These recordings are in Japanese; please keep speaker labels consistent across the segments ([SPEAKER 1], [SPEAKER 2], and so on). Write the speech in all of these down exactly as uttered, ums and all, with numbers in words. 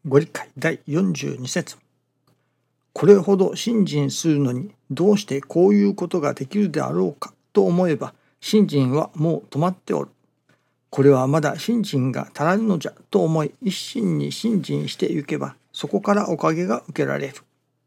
[SPEAKER 1] ご理解だいよんじゅうに節。これほど信心するのにどうしてこういうことができるであろうかと思えば、信心はもう止まっておる。これはまだ信心が足らぬのじゃと思い、一心に信心してゆけば、そこからおかげが受けられる。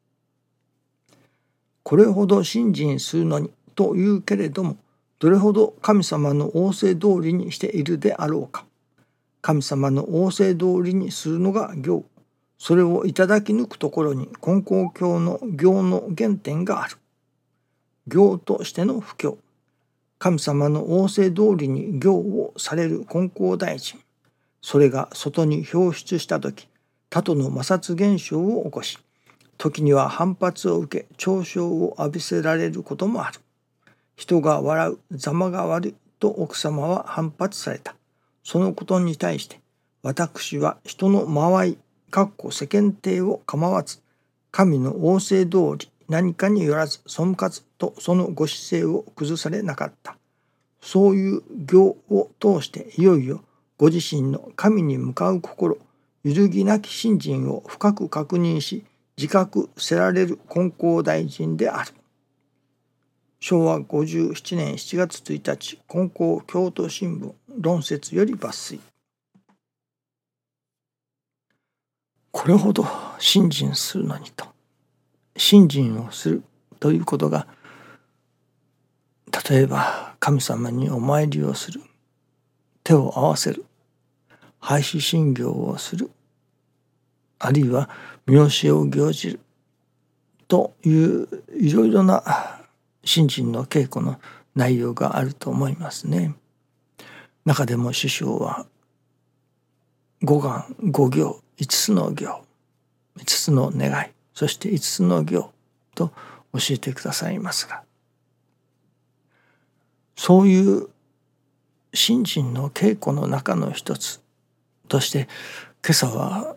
[SPEAKER 1] これほど信心するのにというけれども、どれほど神様の仰せ通りにしているであろうか。神様の仰せ通りにするのが行。それをいただき抜くところに金光教の行の原点がある。行としての布教。神様の仰せ通りに行をされる金光大臣。それが外に表出したとき、他との摩擦現象を起こし、時には反発を受け、嘲笑を浴びせられることもある。人が笑う、ざまが悪いと奥様は反発された。そのことに対して、私は人の間合い、かっこ世間体を構わず、神の仰せ通り何かによらず背かずとそのご姿勢を崩されなかった。そういう行を通していよいよご自身の神に向かう心、揺るぎなき信心を深く確認し、自覚せられる金光大臣である。しょうわごじゅうななねんしちがつついたち、金光京都新聞論説より抜粋。これほど信心するのにと、信心をするということが、例えば神様にお参りをする、手を合わせる、拝思信行をする、あるいは見教えを行じるといういろいろな信心の稽古の内容があると思いますね。中でも師匠は五願五行、五つの行、五つの願い、そして五つの行と教えてくださいますが、そういう信心の稽古の中の一つとして今朝は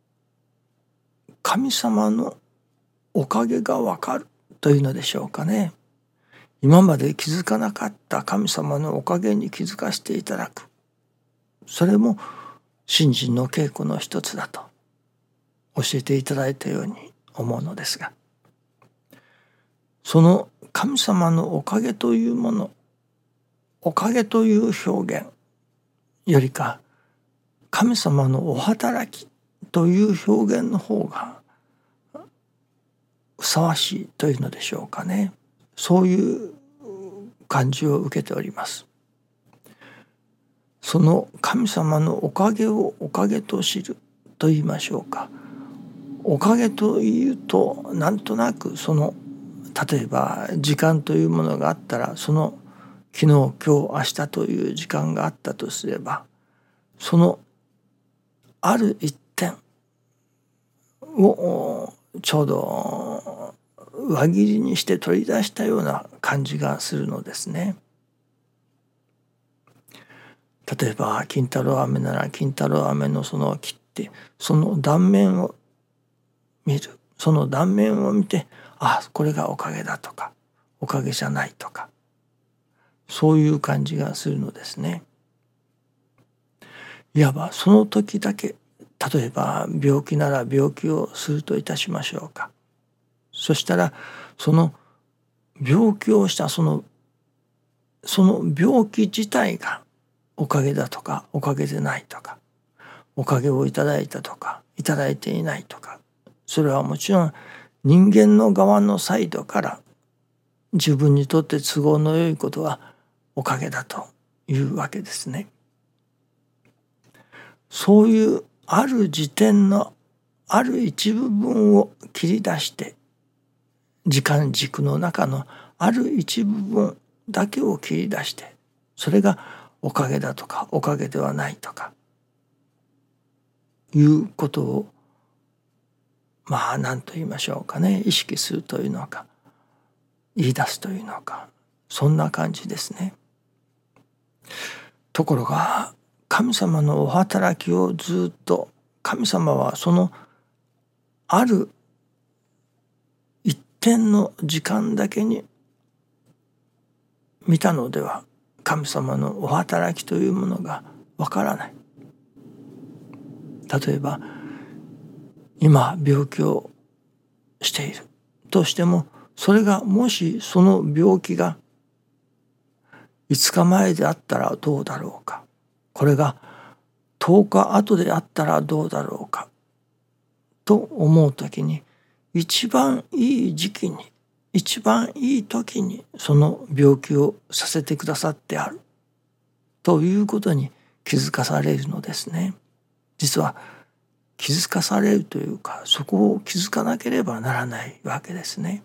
[SPEAKER 1] 神様のおかげがわかるというのでしょうかね。今まで気づかなかった神様のおかげに気づかせていただく、それも信心の稽古の一つだと教えていただいたように思うのですが、その神様のおかげというもの、おかげという表現よりか神様のお働きという表現の方がふさわしいというのでしょうかね。そういう感じを受けております。その神様のおかげをおかげと知ると言いましょうか。おかげというとなんとなくその例えば時間というものがあったら、その昨日今日明日という時間があったとすれば、そのある一点をちょうど輪切りにして取り出したような感じがするのですね。例えば金太郎飴なら金太郎飴のその切ってその断面を見る、その断面を見て、あ、これがおかげだとかおかげじゃないとか、そういう感じがするのですね。いわばその時だけ、例えば病気なら病気をするといたしましょうか。そしたらその病気をしたそのその病気自体がおかげだとかおかげでないとか、おかげをいただいたとかいただいていないとか、それはもちろん人間の側のサイドから自分にとって都合の良いことはおかげだというわけですね。そういうある時点のある一部分を切り出して、時間軸の中のある一部分だけを切り出して、それがおかげだとかおかげではないとかいうことを、まあ何と言いましょうかね、意識するというのか言い出すというのか、そんな感じですね。ところが神様のお働きをずっと、神様はそのある一点の時間だけに見たのでは神様のお働きというものがわからない。例えば今病気をしているとしても、それがもしその病気がいつかまえであったらどうだろうか、これがとおかごであったらどうだろうかと思うときに、一番いい時期に、一番いい時にその病気をさせてくださってあるということに気づかされるのですね。実は気づかされるというか、そこを気づかなければならないわけですね。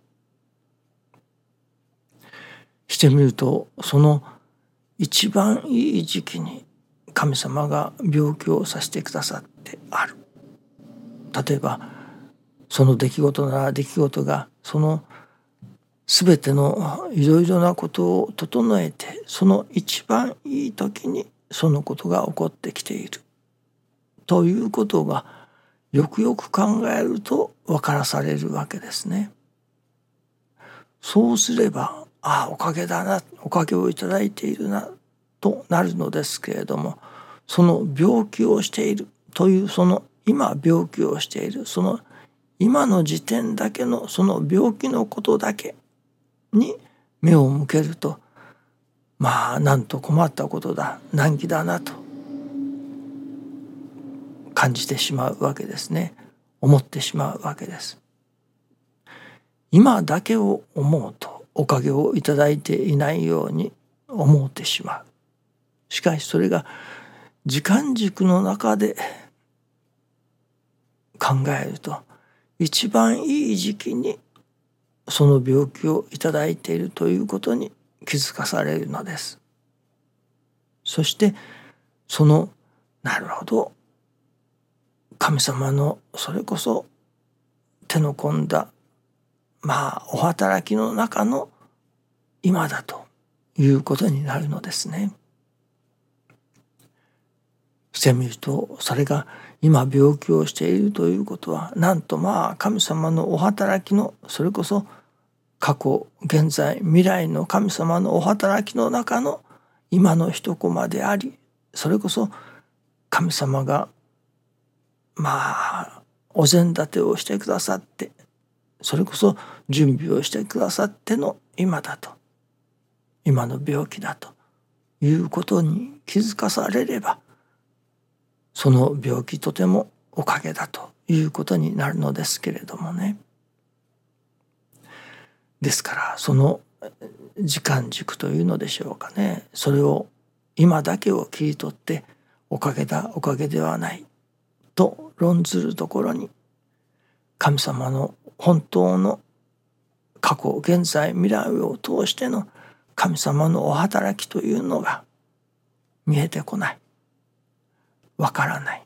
[SPEAKER 1] してみると、その一番いい時期に神様が病気をさせてくださってある。例えばその出来事なら出来事がその全てのいろいろなことを整えて、その一番いい時にそのことが起こってきているということがよくよく考えると分からされるわけですね。そうすれば、ああおかげだな、おかげをいただいているなとなるのですけれども、その病気をしているという、その今病気をしているその今の時点だけのその病気のことだけに目を向けると、まあなんと困ったことだ、難儀だなと感じてしまうわけですね。思ってしまうわけです。今だけを思うとおかげをいただいていないように思ってしまう。しかしそれが時間軸の中で考えると、一番いい時期にその病気をいただいているということに気づかされるのです。そしてそのなるほど、神様のそれこそ手の込んだまあお働きの中の今だということになるのですね。してみると、それが今病気をしているということは、なんとまあ神様のお働きの、それこそ過去現在未来の神様のお働きの中の今の一コマであり、それこそ神様がまあお膳立てをしてくださって、それこそ準備をしてくださっての今だと、今の病気だということに気づかされれば、その病気とてもおかげだということになるのですけれどもね。ですからその時間軸というのでしょうかね、それを今だけを切り取っておかげだおかげではないと論ずるところに、神様の本当の過去現在未来を通しての神様のお働きというのが見えてこない、わからない。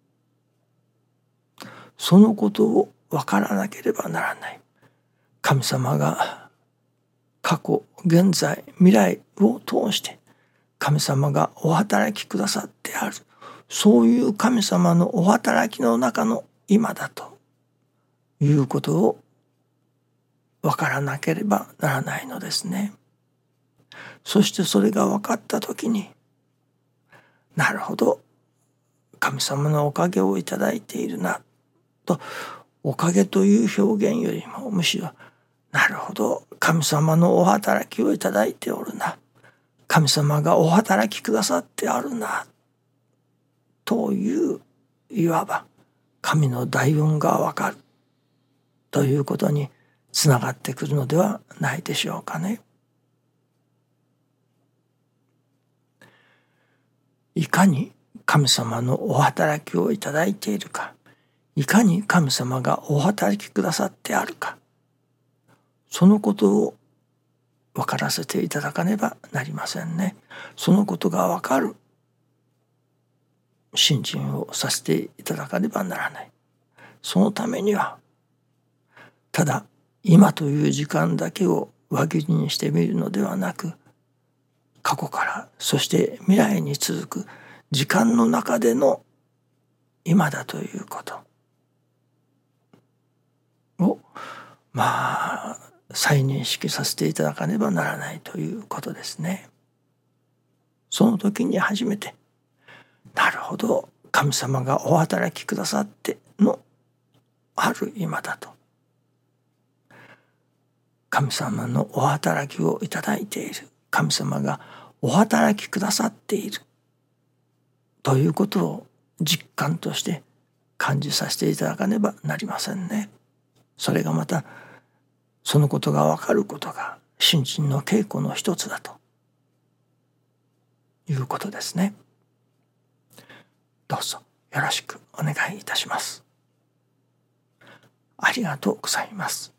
[SPEAKER 1] そのことをわからなければならない。神様が過去現在未来を通して神様がお働きくださってある、そういう神様のお働きの中の今だということをわからなければならないのですね。そしてそれが分かったときに、なるほど、神様のおかげをいただいているなと、おかげという表現よりもむしろ、なるほど、神様のお働きをいただいておるな、神様がお働きくださってあるなという、いわば神の大恩がわかるということにつながってくるのではないでしょうかね。いかに神様のお働きをいただいているか、いかに神様がお働きくださってあるか、そのことを分からせていただかねばなりませんね。そのことが分かる信心をさせていただかねばならない。そのためにはただ今という時間だけを輪切りにしてみるのではなく、過去からそして未来に続く時間の中での今だということをまあ再認識させていただかねばならないということですね。その時に初めて、なるほど、神様がお働きくださってのある今だと、神様のお働きをいただいている、神様がお働きくださっているということを実感として感じさせていただかねばなりませんね。それがまたそのことが分かることが信心の稽古の一つだということですね。どうぞよろしくお願いいたします。ありがとうございます。